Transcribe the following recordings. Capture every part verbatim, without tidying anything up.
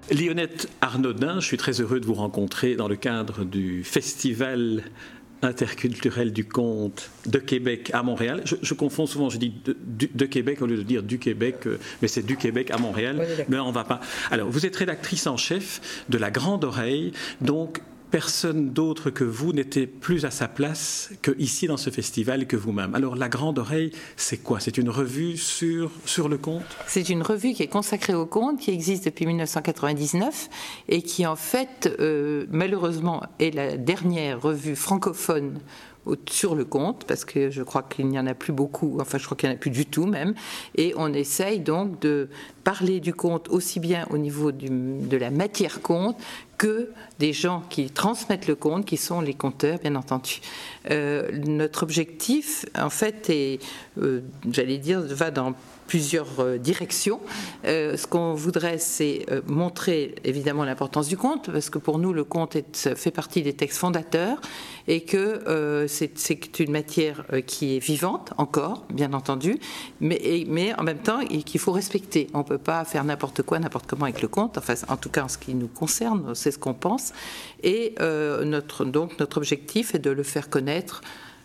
Lyonnette Arnaudin, je suis très heureux de vous rencontrer dans le cadre du Festival interculturel du conte de Québec à Montréal. Je, je confonds souvent, je dis de, de, de Québec au lieu de dire du Québec, euh, mais c'est du Québec à Montréal. Oui, mais on va pas. Alors, vous êtes rédactrice en chef de La Grande Oreille, donc personne d'autre que vous n'était plus à sa place qu'ici dans ce festival que vous-même. Alors, La Grande Oreille, c'est quoi? C'est une revue sur, sur le conte? C'est une revue qui est consacrée au conte, qui existe depuis mille neuf cent quatre-vingt-dix-neuf et qui, en fait, euh, malheureusement, est la dernière revue francophone sur le conte, parce que je crois qu'il n'y en a plus beaucoup, enfin je crois qu'il n'y en a plus du tout même, et on essaye donc de parler du conte aussi bien au niveau du, de la matière conte que des gens qui transmettent le conte, qui sont les conteurs, bien entendu. Euh, notre objectif, en fait, est, euh, j'allais dire, va dans plusieurs euh, directions. Euh, ce qu'on voudrait, c'est euh, montrer évidemment l'importance du conte, parce que pour nous, le conte est, fait partie des textes fondateurs et que euh, c'est, c'est une matière euh, qui est vivante encore, bien entendu, mais, et, mais en même temps et qu'il faut respecter. On ne peut pas faire n'importe quoi, n'importe comment avec le conte, enfin, en tout cas en ce qui nous concerne, c'est ce qu'on pense. Et euh, notre, donc, notre objectif est de le faire connaître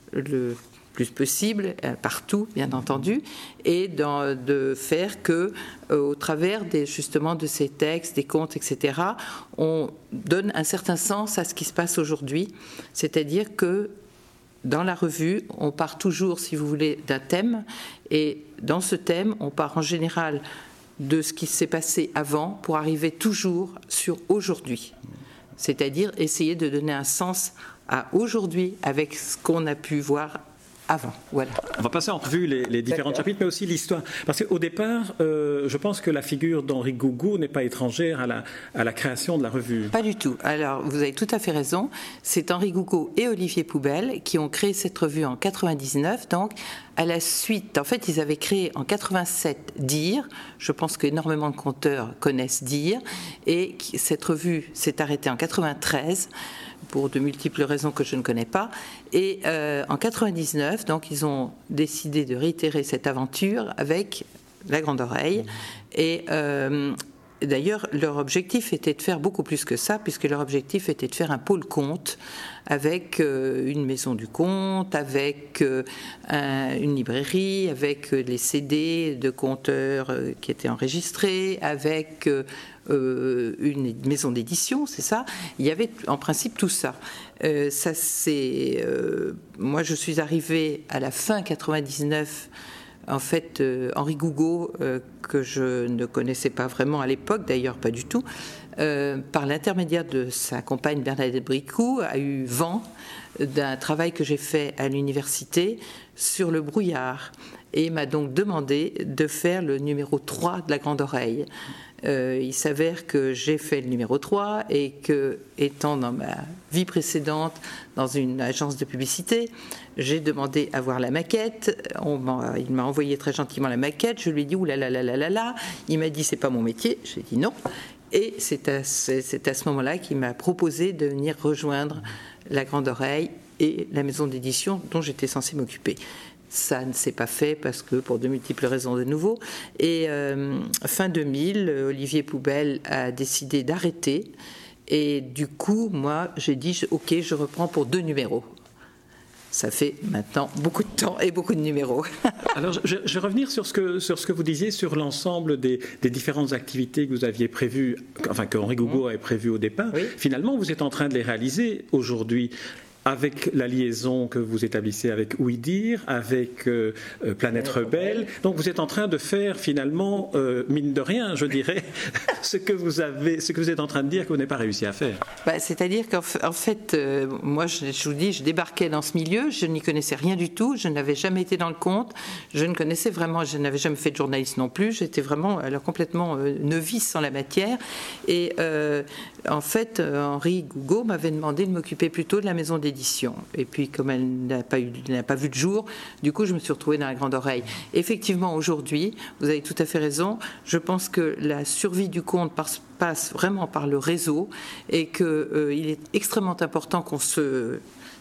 le plus possible, partout, bien entendu, et dans, de faire que, euh, au travers des, justement de ces textes, des contes, et cetera, on donne un certain sens à ce qui se passe aujourd'hui. C'est-à-dire que dans la revue, on part toujours, si vous voulez, d'un thème, et dans ce thème, on part en général de ce qui s'est passé avant pour arriver toujours sur aujourd'hui. C'est-à-dire essayer de donner un sens à aujourd'hui avec ce qu'on a pu voir avant. Voilà. On va passer en revue les, les différents D'accord. chapitres, mais aussi l'histoire. Parce qu'au départ, euh, je pense que la figure d'Henri Gougaud n'est pas étrangère à la, à la création de la revue. Pas du tout. Alors, vous avez tout à fait raison. C'est Henri Gougaud et Olivier Poubelle qui ont créé cette revue en quatre-vingt-dix-neuf. Donc, à la suite, en fait, ils avaient créé en quatre-vingt-sept Dire. Je pense qu'énormément de conteurs connaissent Dire. Et cette revue s'est arrêtée en quatre-vingt-treize. Pour de multiples raisons que je ne connais pas. Et euh, en quatre-vingt-dix-neuf, donc, ils ont décidé de réitérer cette aventure avec La Grande Oreille. Et euh, d'ailleurs, leur objectif était de faire beaucoup plus que ça, puisque leur objectif était de faire un pôle conte avec euh, une maison du conte, avec euh, un, une librairie, avec euh, les C D de conteurs euh, qui étaient enregistrés, avec euh, euh, une maison d'édition, c'est ça. Il y avait en principe tout ça. Euh, ça c'est, euh, moi, je suis arrivée à la fin quatre-vingt-dix-neuf. En fait, euh, Henri Gougaud, euh, que je ne connaissais pas vraiment à l'époque, d'ailleurs pas du tout, euh, par l'intermédiaire de sa compagne Bernadette Bricou, a eu vent d'un travail que j'ai fait à l'université sur le brouillard et m'a donc demandé de faire le numéro trois de La Grande Oreille. Euh, il s'avère que j'ai fait le numéro trois et que, étant dans ma vie précédente dans une agence de publicité, j'ai demandé à voir la maquette. On m'a, il m'a envoyé très gentiment la maquette. Je lui ai dit ouh là là là là là là. Il m'a dit c'est pas mon métier. J'ai dit non. Et c'est à, c'est à ce moment-là qu'il m'a proposé de venir rejoindre La Grande Oreille et la maison d'édition dont j'étais censée m'occuper. Ça ne s'est pas fait parce que pour de multiples raisons de nouveau. Et euh, fin deux mille, Olivier Poubelle a décidé d'arrêter. Et du coup, moi, j'ai dit ok, je reprends pour deux numéros. Ça fait maintenant beaucoup de temps et beaucoup de numéros. Alors, je, je vais revenir sur ce que, sur ce que vous disiez sur l'ensemble des, des différentes activités que vous aviez prévues, enfin que Henri Gougaud avait prévues au départ. Oui. Finalement, vous êtes en train de les réaliser aujourd'hui. Avec la liaison que vous établissez avec Oui Dire, avec euh, euh, Planète Rebelle. Donc vous êtes en train de faire finalement, euh, mine de rien, je dirais, ce que vous avez, ce que vous êtes en train de dire que vous n'avez pas réussi à faire. Bah, c'est-à-dire qu'en en fait, euh, moi je, je vous dis, je débarquais dans ce milieu, je n'y connaissais rien du tout, je n'avais jamais été dans le conte, je ne connaissais vraiment, je n'avais jamais fait de journaliste non plus, j'étais vraiment alors, complètement euh, novice en la matière. Et euh, en fait, Henri Gougaud m'avait demandé de m'occuper plutôt de la maison d'édition. Et puis, comme elle n'a pas, eu, n'a pas vu de jour, du coup, je me suis retrouvée dans La Grande Oreille. Effectivement, aujourd'hui, vous avez tout à fait raison, je pense que la survie du conte passe, passe vraiment par le réseau et qu'il euh, est extrêmement important qu'on se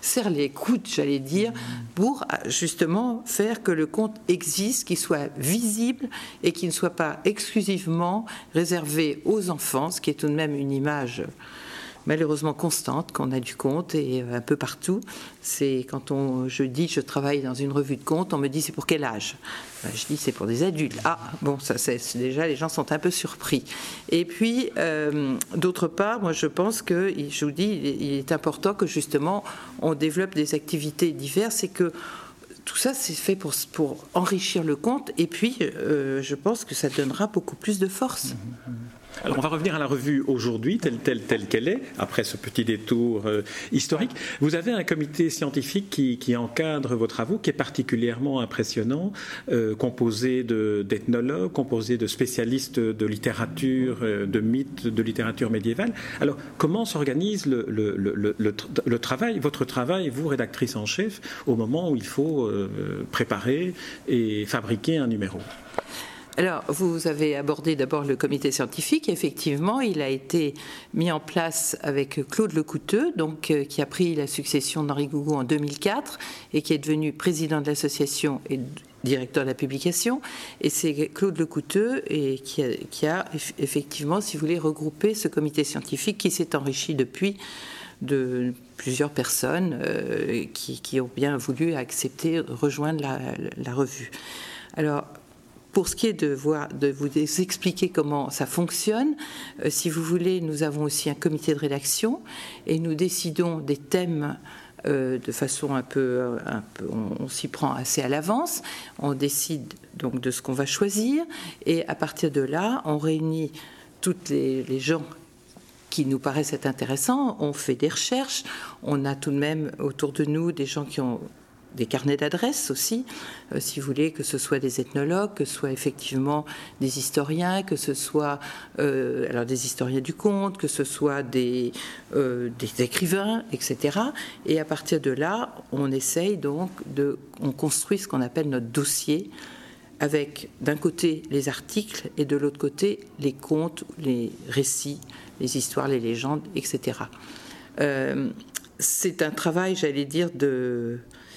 serre les coudes, j'allais dire, pour justement faire que le conte existe, qu'il soit visible et qu'il ne soit pas exclusivement réservé aux enfants, ce qui est tout de même une image malheureusement constante qu'on a du conte et un peu partout. C'est quand on, je dis je travaille dans une revue de conte, on me dit c'est pour quel âge? Ben, je dis c'est pour des adultes. Ah bon, ça c'est déjà les gens sont un peu surpris. Et puis euh, d'autre part, moi je pense que je vous dis il est important que justement on développe des activités diverses et que tout ça, c'est fait pour, pour enrichir le conte. Et puis, euh, je pense que ça donnera beaucoup plus de force. Alors, on va revenir à la revue aujourd'hui, telle, telle, telle qu'elle est, après ce petit détour euh, historique. Vous avez un comité scientifique qui, qui encadre vos travaux, qui est particulièrement impressionnant, euh, composé de, d'ethnologues, composé de spécialistes de littérature, euh, de mythes, de littérature médiévale. Alors, comment s'organise le, le, le, le, le, le travail, votre travail, vous, rédactrice en chef, au moment où il faut euh, préparer et fabriquer un numéro ? Alors, vous avez abordé d'abord le comité scientifique. Effectivement, il a été mis en place avec Claude Lecouteux, donc, euh, qui a pris la succession d'Henri Gougaud en deux mille quatre et qui est devenu président de l'association et directeur de la publication. Et c'est Claude Lecouteux et qui, a, qui a effectivement, si vous voulez, regroupé ce comité scientifique qui s'est enrichi depuis de plusieurs personnes euh, qui, qui ont bien voulu accepter, rejoindre la, la revue. Alors, pour ce qui est de, voir, de vous expliquer comment ça fonctionne, euh, si vous voulez, nous avons aussi un comité de rédaction et nous décidons des thèmes euh, de façon un peu, un peu on, on s'y prend assez à l'avance. On décide donc de ce qu'on va choisir et à partir de là, on réunit toutes les, les gens qui nous paraissent être intéressants. On fait des recherches. On a tout de même autour de nous des gens qui ont des carnets d'adresses aussi, euh, si vous voulez, que ce soit des ethnologues, que ce soit effectivement des historiens, que ce soit euh, alors des historiens du conte, que ce soit des, euh, des écrivains, et cetera. Et à partir de là, on essaye donc de, on construit ce qu'on appelle notre dossier, avec d'un côté les articles et de l'autre côté les contes, les récits, les histoires, les légendes, et cetera. Euh, c'est un travail, j'allais dire, de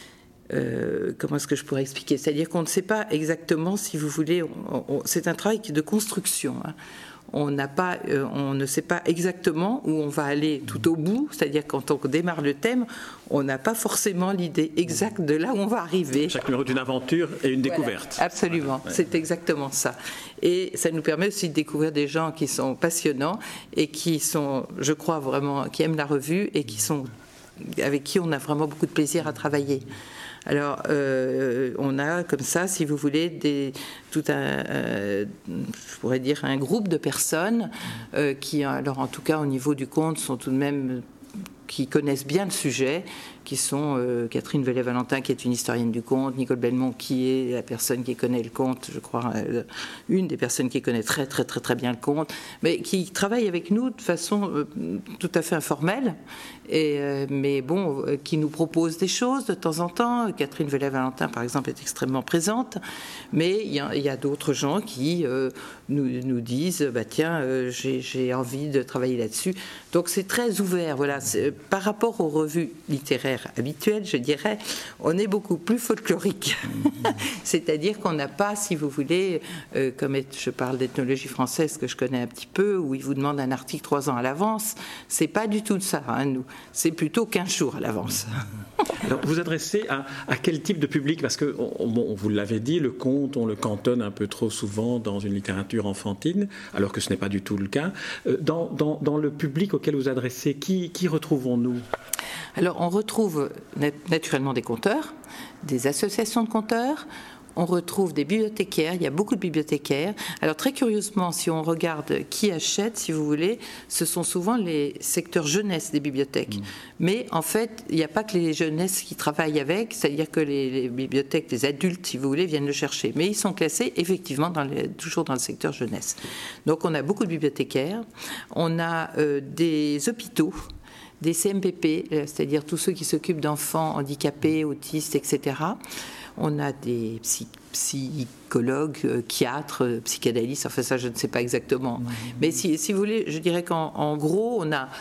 Euh, comment est-ce que je pourrais expliquer ? C'est-à-dire qu'on ne sait pas exactement, si vous voulez, on, on, c'est un travail de construction. Hein. On n'a pas, euh, on ne sait pas exactement où on va aller tout au bout. C'est-à-dire quand on démarre le thème, on n'a pas forcément l'idée exacte de là où on va arriver. Chaque numéro d'une aventure et une voilà, découverte. Absolument, ouais. C'est exactement ça. Et ça nous permet aussi de découvrir des gens qui sont passionnants et qui sont, je crois vraiment, qui aiment la revue et qui sont, avec qui on a vraiment beaucoup de plaisir à travailler. Alors, euh, on a comme ça, si vous voulez, des, tout un, euh, je pourrais dire, un groupe de personnes euh, qui, alors en tout cas au niveau du conte, sont tout de même, qui connaissent bien le sujet, qui sont euh, Catherine Velay-Valentin, qui est une historienne du conte, Nicole Belmont, qui est la personne qui connaît le conte, je crois, euh, une des personnes qui connaît très, très, très, très bien le conte, mais qui travaille avec nous de façon euh, tout à fait informelle, et, euh, mais bon, euh, qui nous propose des choses de temps en temps. Catherine Velay-Valentin, par exemple, est extrêmement présente, mais il y a, il y a d'autres gens qui euh, nous, nous disent, bah, tiens, euh, j'ai, j'ai envie de travailler là-dessus. Donc c'est très ouvert, voilà. C'est, par rapport aux revues littéraires habituelles, je dirais, on est beaucoup plus folklorique. C'est-à-dire qu'on n'a pas, si vous voulez, euh, comme je parle d'ethnologie française que je connais un petit peu, où ils vous demandent un article trois ans à l'avance, c'est pas du tout ça, hein, nous. C'est plutôt quinze jours à l'avance. Alors, vous adressez à, à quel type de public ? Parce que, on, bon, vous l'avez dit, le conte, on le cantonne un peu trop souvent dans une littérature enfantine, alors que ce n'est pas du tout le cas. Dans, dans, dans le public auquel vous adressez, qui, qui retrouvons-nous ? Alors, on retrouve naturellement des conteurs, des associations de conteurs, on retrouve des bibliothécaires, il y a beaucoup de bibliothécaires. Alors très curieusement, si on regarde qui achète, si vous voulez, ce sont souvent les secteurs jeunesse des bibliothèques. Mmh. Mais en fait, il n'y a pas que les jeunesses qui travaillent avec, c'est-à-dire que les, les bibliothèques, les adultes, si vous voulez, viennent le chercher. Mais ils sont classés effectivement dans les, toujours dans le secteur jeunesse. Donc on a beaucoup de bibliothécaires, on a euh, des hôpitaux, des C M P P, c'est-à-dire tous ceux qui s'occupent d'enfants handicapés, autistes, et cetera. On a des psy- psychologues, euh, psychiatres, euh, psychanalystes, enfin ça je ne sais pas exactement. Mmh. Mais si, si vous voulez, je dirais qu'en en gros, on a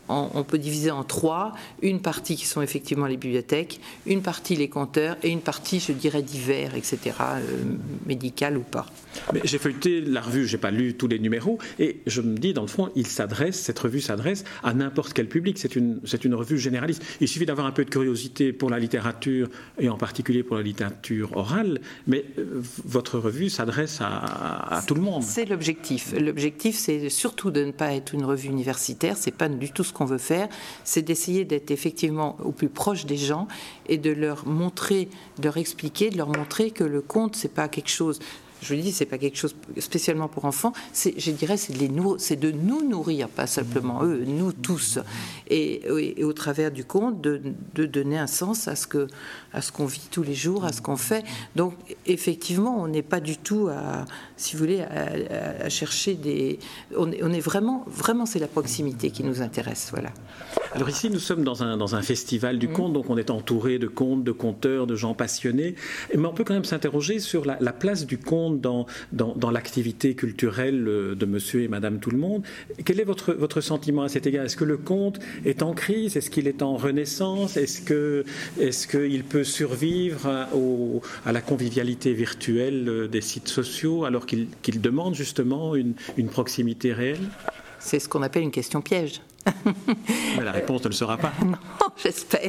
on, on peut diviser en trois, une partie qui sont effectivement les bibliothèques, une partie les compteurs et une partie, je dirais, divers, et cetera, euh, médicale ou pas. Mais j'ai feuilleté la revue, je n'ai pas lu tous les numéros, et je me dis, dans le fond, il s'adresse, cette revue s'adresse à n'importe quel public. C'est une, c'est une revue généraliste. Il suffit d'avoir un peu de curiosité pour la littérature, et en particulier pour la littérature orale, mais euh, votre revue s'adresse à, à, à tout le monde. C'est l'objectif. L'objectif, c'est surtout de ne pas être une revue universitaire, c'est pas du tout ce qu'on veut faire, c'est d'essayer d'être effectivement au plus proche des gens et de leur montrer, de leur expliquer, de leur montrer que le conte, c'est pas quelque chose... Je vous dis, c'est pas quelque chose spécialement pour enfants. C'est, je dirais, c'est de, les nourrir, c'est de nous nourrir, pas simplement eux, nous tous. Et, et, et au travers du conte, de, de donner un sens à ce que, à ce qu'on vit tous les jours, à ce qu'on fait. Donc, effectivement, on n'est pas du tout à, si vous voulez, à, à, à chercher des. On est, on est vraiment, vraiment, c'est la proximité qui nous intéresse, voilà. Alors ici, nous sommes dans un, dans un festival du mmh. conte, donc on est entouré de contes, de conteurs, de gens passionnés. Mais on peut quand même s'interroger sur la, la place du conte dans, dans, dans l'activité culturelle de monsieur et madame tout le monde. Quel est votre, votre sentiment à cet égard? Est-ce que le conte est en crise? Est-ce qu'il est en renaissance? Est-ce que, est-ce qu'il peut survivre à, au, à la convivialité virtuelle des sites sociaux alors qu'il, qu'il demande justement une, une proximité réelle? C'est ce qu'on appelle une question piège. Mais la réponse ne le sera pas. Non, j'espère.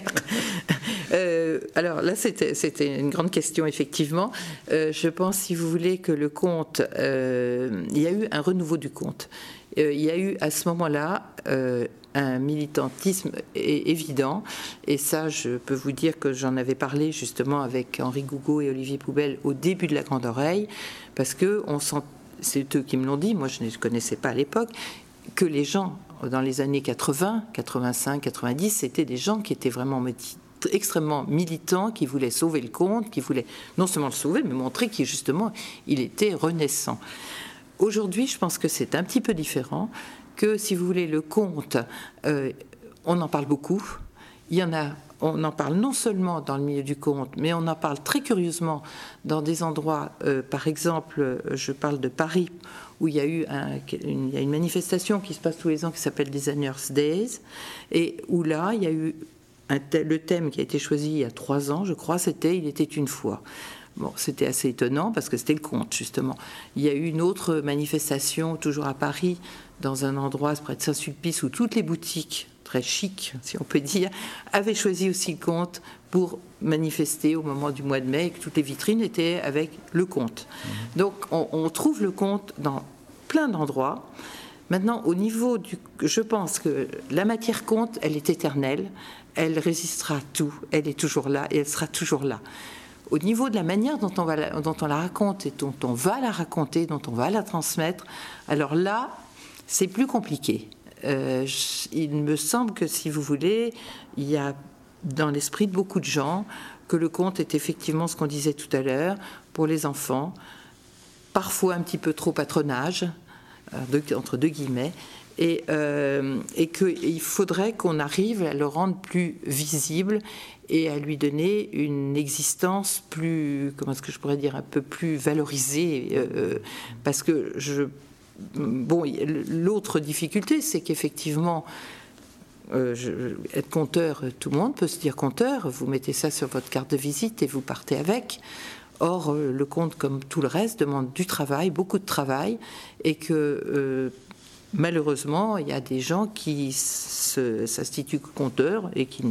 Euh, alors là, c'était, c'était une grande question, effectivement. Euh, je pense, si vous voulez, que le conte, euh, il y a eu un renouveau du conte. Euh, il y a eu à ce moment-là euh, un militantisme é- évident, et ça, je peux vous dire que j'en avais parlé justement avec Henri Gougaud et Olivier Poubelle au début de La Grande Oreille, parce que on sent, c'est eux qui me l'ont dit, moi je ne les connaissais pas à l'époque, que les gens, dans les années quatre-vingts, quatre-vingt-cinq, quatre-vingt-dix, c'était des gens qui étaient vraiment extrêmement militants, qui voulaient sauver le conte, qui voulaient non seulement le sauver, mais montrer qu'il justement, il était renaissant. Aujourd'hui, je pense que c'est un petit peu différent, que si vous voulez, le conte, euh, on en parle beaucoup. Il y en a, on en parle non seulement dans le milieu du conte, mais on en parle très curieusement dans des endroits, euh, par exemple, je parle de Paris, où il y a eu un, une, il y a une manifestation qui se passe tous les ans qui s'appelle Designers Days, et où là, il y a eu un th- le thème qui a été choisi il y a trois ans, je crois, c'était « Il était une fois ». Bon, c'était assez étonnant parce que c'était le conte, justement. Il y a eu une autre manifestation, toujours à Paris, dans un endroit près de Saint-Sulpice, où toutes les boutiques, très chic, si on peut dire, avaient choisi aussi le conte pour manifester au moment du mois de mai, et que toutes les vitrines étaient avec le conte. Mmh. Donc, on, on trouve le conte dans plein d'endroits. Maintenant, au niveau du... Je pense que la matière conte, elle est éternelle, elle résistera à tout, elle est toujours là, et elle sera toujours là. Au niveau de la manière dont on, va la, dont on la raconte et dont on va la raconter, dont on va la transmettre, alors là, c'est plus compliqué. Euh, il me semble que, si vous voulez, il y a dans l'esprit de beaucoup de gens que le conte est effectivement ce qu'on disait tout à l'heure, pour les enfants, parfois un petit peu trop patronage, entre deux guillemets, et, euh, et qu'il faudrait qu'on arrive à le rendre plus visible et à lui donner une existence plus, comment est-ce que je pourrais dire, un peu plus valorisée, euh, parce que je, bon, l'autre difficulté, c'est qu'effectivement, euh, je, être conteur, tout le monde peut se dire conteur, vous mettez ça sur votre carte de visite et vous partez avec. Or, le conte, comme tout le reste, demande du travail, beaucoup de travail, et que euh, malheureusement, il y a des gens qui se, s'instituent conteurs, et qui,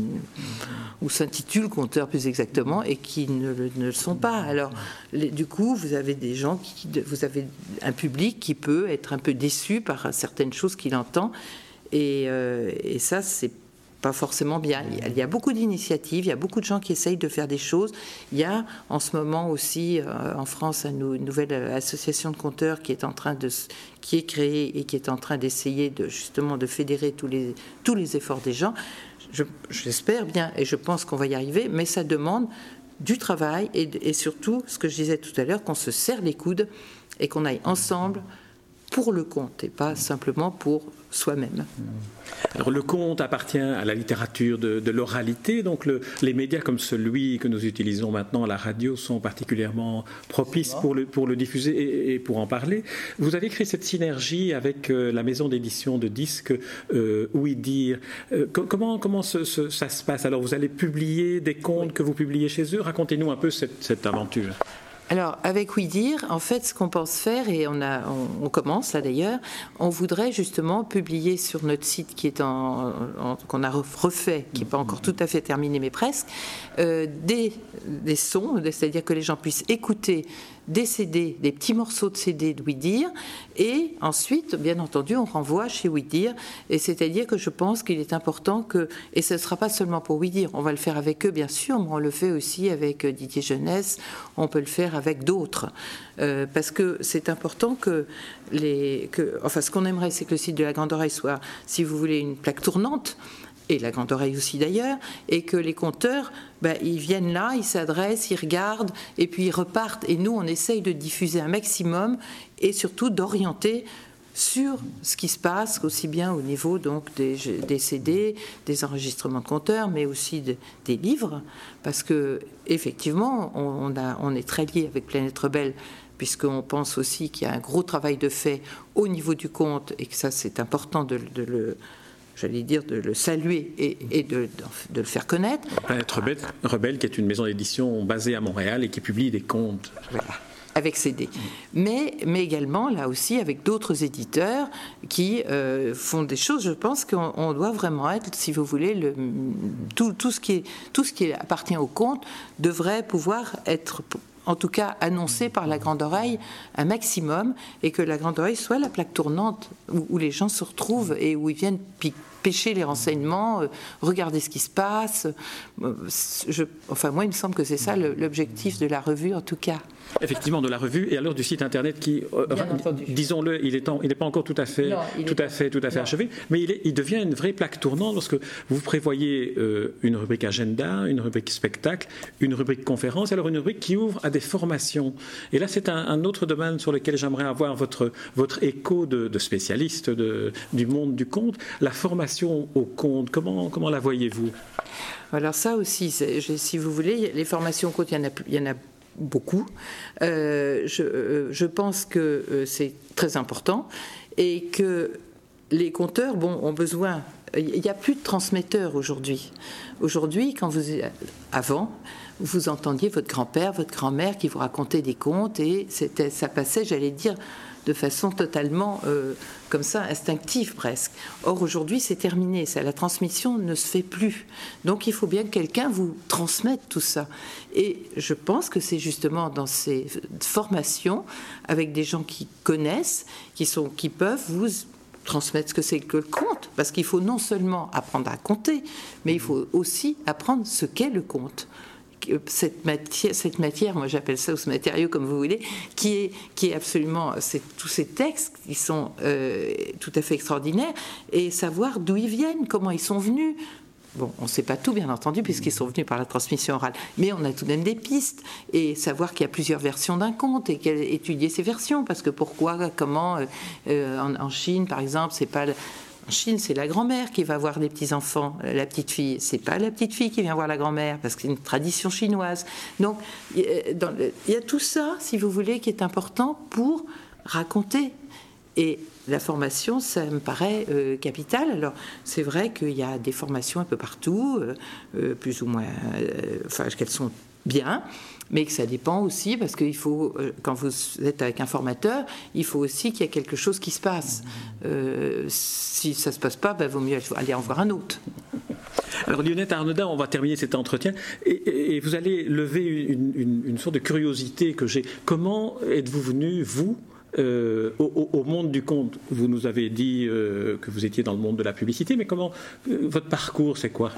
ou s'intitulent conteurs plus exactement, et qui ne, ne le sont pas. Alors, les, du coup, vous avez des gens, qui, vous avez un public qui peut être un peu déçu par certaines choses qu'il entend, et, euh, et ça, c'est pas forcément bien. Il y a beaucoup d'initiatives, il y a beaucoup de gens qui essayent de faire des choses. Il y a en ce moment aussi euh, en France une nouvelle association de conteurs qui est en train de qui est créée et qui est en train d'essayer de justement de fédérer tous les tous les efforts des gens. Je, j'espère bien et je pense qu'on va y arriver, mais ça demande du travail et, et surtout ce que je disais tout à l'heure, qu'on se serre les coudes et qu'on aille ensemble pour le conte et pas simplement pour soi-même. Alors le conte appartient à la littérature de, de l'oralité, donc le, les médias comme celui que nous utilisons maintenant, la radio, sont particulièrement propices pour le, pour le diffuser et, et pour en parler. Vous avez créé cette synergie avec euh, la maison d'édition de disques euh, Oui Dire. Euh, comment comment ce, ce, ça se passe? Alors vous allez publier des contes que vous publiez chez eux. Racontez-nous un peu cette, cette aventure. Alors, avec Oui Dire, en fait, ce qu'on pense faire, et on, a, on, on commence là d'ailleurs, on voudrait justement publier sur notre site qui est en, en qu'on a refait, qui n'est pas encore tout à fait terminé, mais presque, euh, des, des sons, c'est-à-dire que les gens puissent écouter des C D, des petits morceaux de C D de Oui Dire, et ensuite, bien entendu, on renvoie chez Oui Dire, et c'est-à-dire que je pense qu'il est important que, et ce ne sera pas seulement pour Oui Dire, on va le faire avec eux, bien sûr, mais on le fait aussi avec Didier Jeunesse, on peut le faire avec d'autres, euh, parce que c'est important que les, que, enfin, ce qu'on aimerait, c'est que le site de la Grande Oreille soit, si vous voulez, une plaque tournante, et la Grande Oreille aussi d'ailleurs, et que les conteurs, ben, ils viennent là, ils s'adressent, ils regardent, et puis ils repartent. Et nous, on essaye de diffuser un maximum, et surtout d'orienter sur ce qui se passe, aussi bien au niveau donc des, des C D, des enregistrements de conteurs, mais aussi de, des livres, parce que effectivement, on, on, a, on est très lié avec Planète Rebelle, puisqu'on pense aussi qu'il y a un gros travail de fait au niveau du conte, et que ça, c'est important de, de le... j'allais dire, de le saluer et, et de, de le faire connaître. Planète Rebelle, Rebelle, qui est une maison d'édition basée à Montréal et qui publie des contes. Voilà, avec C D. Mais, mais également, là aussi, avec d'autres éditeurs qui euh, font des choses. Je pense qu'on on doit vraiment être, si vous voulez, le, tout, tout, ce qui est, tout ce qui appartient au conte devrait pouvoir être... en tout cas annoncé par la Grande Oreille un maximum, et que la Grande Oreille soit la plaque tournante où, où les gens se retrouvent et où ils viennent pêcher les renseignements, euh, regarder ce qui se passe. Euh, je, enfin, moi, il me semble que c'est ça le, l'objectif de la revue, en tout cas. Effectivement, de la revue, et alors du site internet qui, euh, disons-le, il n'est pas encore tout à fait, non, tout à fait, tout à fait achevé, mais il, est, il devient une vraie plaque tournante parce que vous prévoyez euh, une rubrique agenda, une rubrique spectacle, une rubrique conférence, alors une rubrique qui ouvre à des formations. Et là, c'est un, un autre domaine sur lequel j'aimerais avoir votre, votre écho de, de spécialiste de, du monde du conte, la formation au conte. Comment, comment la voyez-vous? Alors ça aussi, si vous voulez, les formations au conte, il y en a, il y en a beaucoup. Euh, je, euh, je pense que euh, c'est très important et que les conteurs, bon, ont besoin. Il n'y a plus de transmetteurs aujourd'hui. Aujourd'hui, quand vous avant, vous entendiez votre grand-père, votre grand-mère qui vous racontait des contes et c'était, ça passait, j'allais dire, de façon totalement euh, comme ça, instinctive presque. Or aujourd'hui, c'est terminé. Ça, la transmission ne se fait plus. Donc il faut bien que quelqu'un vous transmette tout ça. Et je pense que c'est justement dans ces formations, avec des gens qui connaissent, qui, sont, qui peuvent vous transmettre ce que c'est que le conte. Parce qu'il faut non seulement apprendre à compter, mais il faut aussi apprendre ce qu'est le conte. Cette matière, cette matière, moi j'appelle ça, ou ce matériau comme vous voulez, qui est, qui est absolument, c'est tous ces textes qui sont euh, tout à fait extraordinaires, et savoir d'où ils viennent, comment ils sont venus. Bon, on ne sait pas tout, bien entendu, puisqu'ils sont venus par la transmission orale, mais on a tout de même des pistes, et savoir qu'il y a plusieurs versions d'un conte, et étudier ces versions, parce que pourquoi, comment, euh, en, en Chine, par exemple, c'est pas... En Chine, c'est la grand-mère qui va voir les petits-enfants, la petite fille. C'est pas la petite fille qui vient voir la grand-mère, parce que c'est une tradition chinoise. Donc, il y a tout ça, si vous voulez, qui est important pour raconter. Et la formation, ça me paraît euh, capital. Alors, c'est vrai qu'il y a des formations un peu partout, euh, plus ou moins, euh, enfin, qu'elles sont bien, mais que ça dépend aussi, parce qu'il faut, quand vous êtes avec un formateur, il faut aussi qu'il y ait quelque chose qui se passe. Euh, si ça ne se passe pas, ben, vaut mieux aller en voir un autre. Alors Lionette Arnaudin, on va terminer cet entretien, et, et vous allez lever une, une, une sorte de curiosité que j'ai. Comment êtes-vous venu, vous, Euh, au, au monde du conte? Vous nous avez dit euh, que vous étiez dans le monde de la publicité, mais comment, euh, votre parcours, c'est quoi?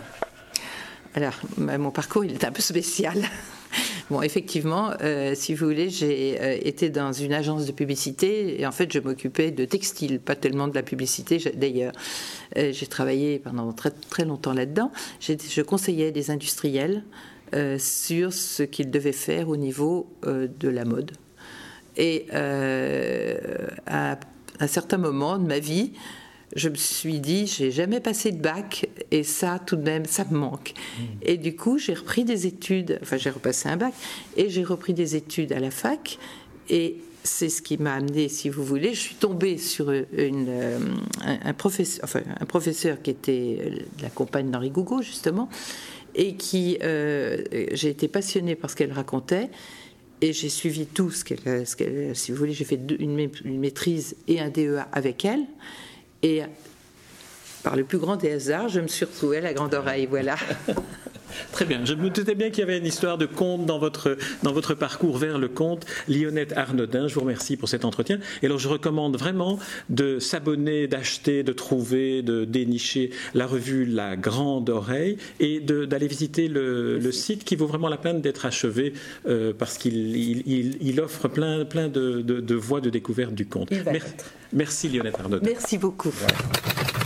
Alors, mon parcours, il est un peu spécial. Bon, effectivement, euh, si vous voulez, j'ai euh, été dans une agence de publicité et en fait, je m'occupais de textile, pas tellement de la publicité d'ailleurs. Euh, j'ai travaillé pendant très, très longtemps là-dedans. J'ai, je conseillais des industriels euh, sur ce qu'ils devaient faire au niveau euh, de la mode. Et euh, à un certain moment de ma vie, je me suis dit, j'ai jamais passé de bac et ça, tout de même, ça me manque. Mmh. Et du coup, j'ai repris des études, enfin j'ai repassé un bac et j'ai repris des études à la fac et c'est ce qui m'a amené, si vous voulez, je suis tombée sur une, un, un, professeur, enfin, un professeur qui était la compagne d'Henri Gougaud, justement, et qui, euh, j'ai été passionnée par ce qu'elle racontait, et j'ai suivi tout ce qu'elle, ce qu'elle si vous voulez, j'ai fait deux, une, une maîtrise et un D E A avec elle, et par le plus grand des hasards, je me suis retrouvée à la Grande Oreille, voilà. Très bien. Je me doutais bien qu'il y avait une histoire de conte dans votre, dans votre parcours vers le conte. Lyonnette Arnaudin, je vous remercie pour cet entretien. Et alors, je recommande vraiment de s'abonner, d'acheter, de trouver, de dénicher la revue La Grande Oreille et de, d'aller visiter le, le site qui vaut vraiment la peine d'être achevé euh, parce qu'il il, il, il offre plein, plein de, de, de voies de découverte du conte. Merci, merci Lyonnette Arnaudin. Merci beaucoup. Voilà.